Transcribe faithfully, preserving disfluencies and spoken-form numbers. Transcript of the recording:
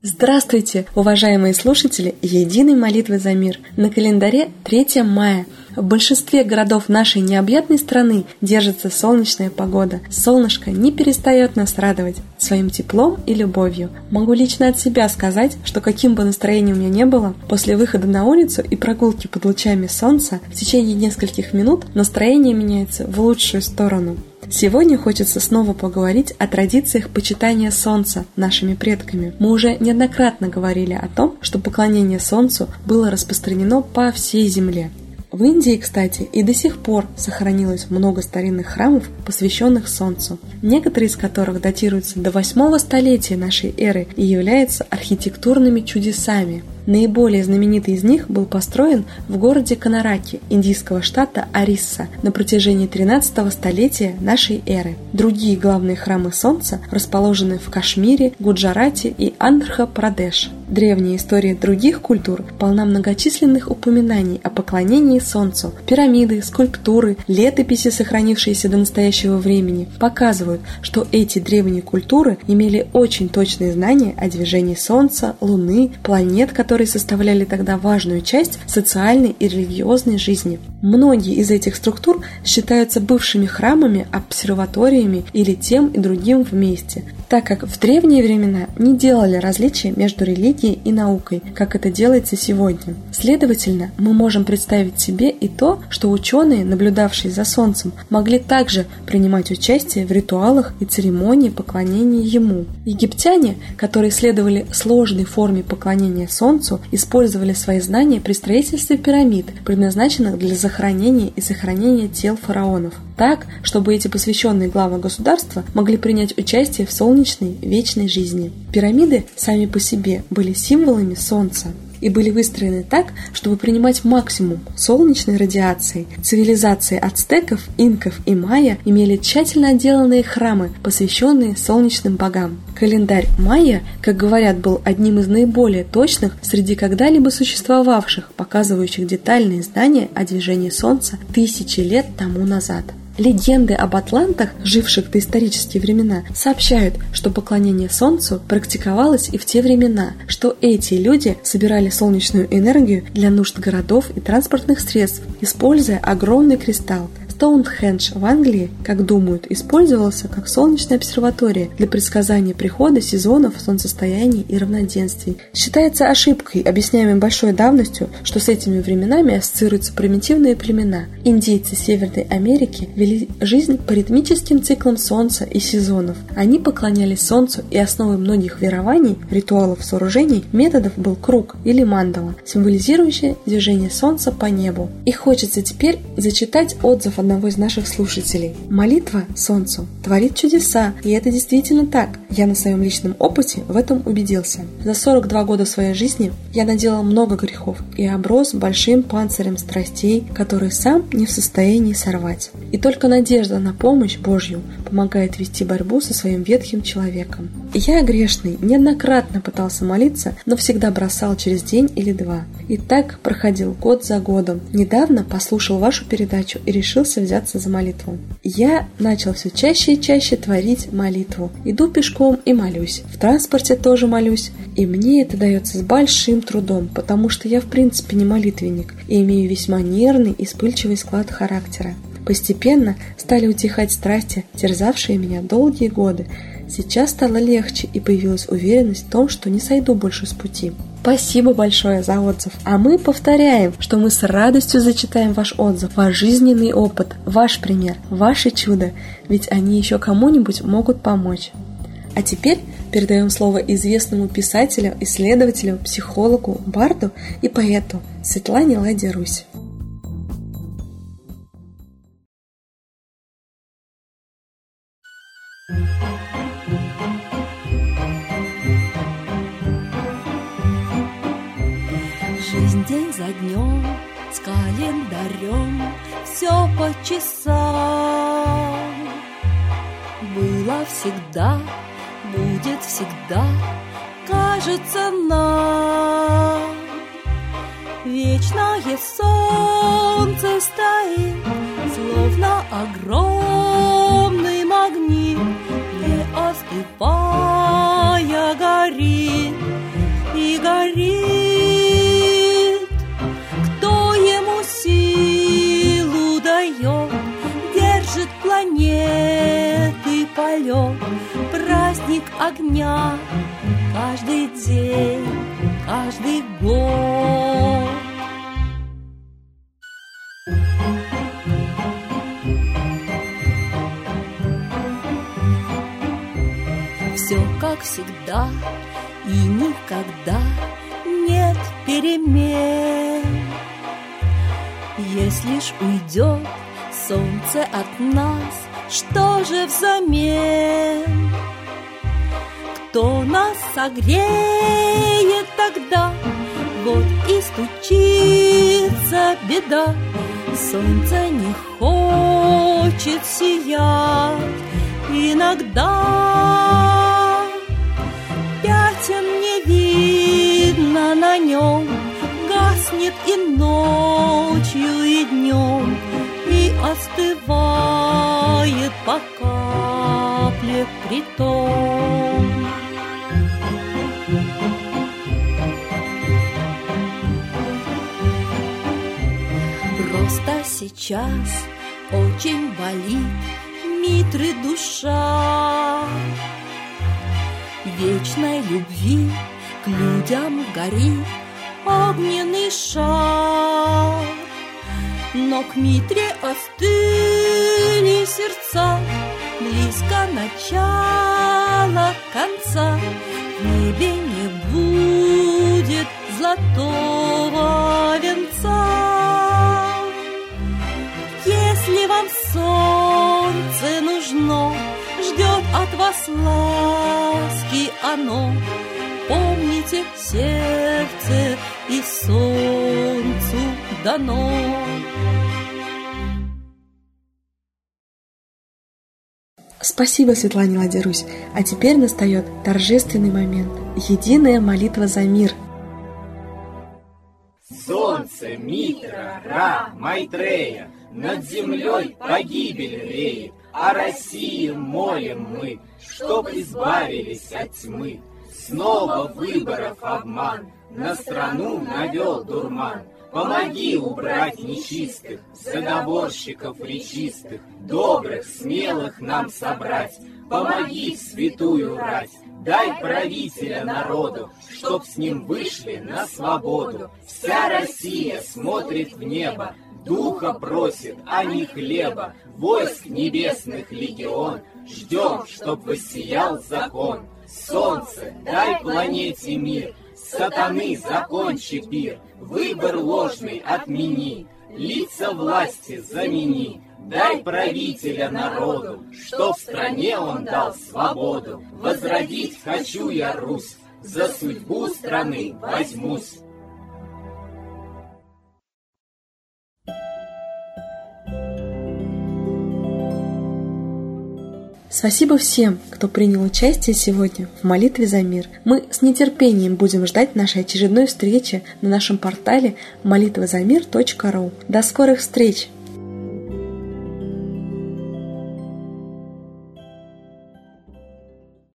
Здравствуйте, уважаемые слушатели Единой молитвы за мир! На календаре третье мая. В большинстве городов нашей необъятной страны держится солнечная погода. Солнышко не перестает нас радовать своим теплом и любовью. Могу лично от себя сказать, что каким бы настроением у меня не было, после выхода на улицу и прогулки под лучами солнца в течение нескольких минут настроение меняется в лучшую сторону. Сегодня хочется снова поговорить о традициях почитания Солнца нашими предками. Мы уже неоднократно говорили о том, что поклонение Солнцу было распространено по всей земле. В Индии, кстати, и до сих пор сохранилось много старинных храмов, посвященных Солнцу, некоторые из которых датируются до восьмого столетия нашей эры и являются архитектурными чудесами. Наиболее знаменитый из них был построен в городе Канараки индийского штата Орисса на протяжении тринадцатого столетия нашей эры. Другие главные храмы Солнца расположены в Кашмире, Гуджарате и Андхра-Прадеш. Древняя история других культур полна многочисленных упоминаний о поклонении Солнцу. Пирамиды, скульптуры, летописи, сохранившиеся до настоящего времени, показывают, что эти древние культуры имели очень точные знания о движении Солнца, Луны, планет, которые которые составляли тогда важную часть социальной и религиозной жизни. Многие из этих структур считаются бывшими храмами, обсерваториями или тем и другим вместе, так как в древние времена не делали различия между религией и наукой, как это делается сегодня. Следовательно, мы можем представить себе и то, что ученые, наблюдавшие за Солнцем, могли также принимать участие в ритуалах и церемонии поклонения ему. Египтяне, которые следовали сложной форме поклонения Солнцу, использовали свои знания при строительстве пирамид, предназначенных для захоронения и сохранения тел фараонов, так, чтобы эти посвященные главы государства могли принять участие в солнечной вечной жизни. Пирамиды сами по себе были символами Солнца и были выстроены так, чтобы принимать максимум солнечной радиации. Цивилизации ацтеков, инков и майя имели тщательно отделанные храмы, посвященные солнечным богам. Календарь майя, как говорят, был одним из наиболее точных среди когда-либо существовавших, показывающих детальные знания о движении Солнца тысячи лет тому назад. Легенды об атлантах, живших в доисторические времена, сообщают, что поклонение Солнцу практиковалось и в те времена, что эти люди собирали солнечную энергию для нужд городов и транспортных средств, используя огромный кристалл. Стоунхендж в Англии, как думают, использовался как солнечная обсерватория для предсказания прихода сезонов, солнцестояний и равноденствий. Считается ошибкой, объясняемой большой давностью, что с этими временами ассоциируются примитивные племена. Индейцы Северной Америки вели жизнь по ритмическим циклам Солнца и сезонов. Они поклонялись Солнцу, и основой многих верований, ритуалов, сооружений, методов был круг или мандала, символизирующий движение Солнца по небу. И хочется теперь зачитать отзыв одного из наших слушателей. Молитва Солнцу творит чудеса, и это действительно так. Я на своем личном опыте в этом убедился. За сорок два года своей жизни я наделал много грехов и оброс большим панцирем страстей, которые сам не в состоянии сорвать. И только надежда на помощь Божью помогает вести борьбу со своим ветхим человеком. Я, грешный, неоднократно пытался молиться, но всегда бросал через день или два. И так проходил год за годом. Недавно послушал вашу передачу и решился взяться за молитву. Я начал все чаще и чаще творить молитву. Иду пешком и молюсь. В транспорте тоже молюсь. И мне это дается с большим трудом, потому что я в принципе не молитвенник и имею весьма нервный и вспыльчивый склад характера. Постепенно стали утихать страсти, терзавшие меня долгие годы. Сейчас стало легче и появилась уверенность в том, что не сойду больше с пути. Спасибо большое за отзыв. А мы повторяем, что мы с радостью зачитаем ваш отзыв, ваш жизненный опыт, ваш пример, ваше чудо, ведь они еще кому-нибудь могут помочь. А теперь передаем слово известному писателю, исследователю, психологу, барду и поэту Светлане Ладе Русь. Жизнь день за днем, с календарем, все по часам. Было всегда, будет всегда, кажется нам. Вечное солнце стоит, словно огромный магнит, не остывая горит. планеты полет, праздник огня каждый день, каждый год. Все как всегда и никогда нет перемен. Если ж уйдет солнце от нас, что же взамен? Кто нас согреет тогда? Вот и стучится беда. Солнце не хочет сиять иногда. Пятен не видно на нем, гаснет и ночью, и днем, и остывает по капле притом. Просто сейчас очень болит Митры душа. Вечной любви к людям горит огненный шар. Но к Митре остыли сердца, близко начало конца. В небе не будет золотого венца. Если вам солнце нужно, ждет от вас ласки оно. Помните, сердце и солнцу дано. Спасибо, Светлане Ладе-Русь. А теперь настает торжественный момент. Единая молитва за мир. Солнце, Митра, Ра, Майтрея, над землей погибель реет, о России молим мы, чтоб избавились от тьмы. Снова выборов обман, на страну навел дурман. Помоги убрать нечистых, заговорщиков речистых, добрых, смелых нам собрать. Помоги святую рать, дай правителя народу, чтоб с ним вышли на свободу. Вся Россия смотрит в небо, духа просит, а не хлеба. Войск небесных легион, ждем, чтоб воссиял закон. Солнце, дай планете мир, сатаны закончи пир, выбор ложный отмени, лица власти замени. Дай правителя народу, что в стране он дал свободу. Возродить хочу я Русь, за судьбу страны возьмусь. Спасибо всем, кто принял участие сегодня в молитве за мир. Мы с нетерпением будем ждать нашей очередной встречи на нашем портале молитва за мир точка ру. До скорых встреч!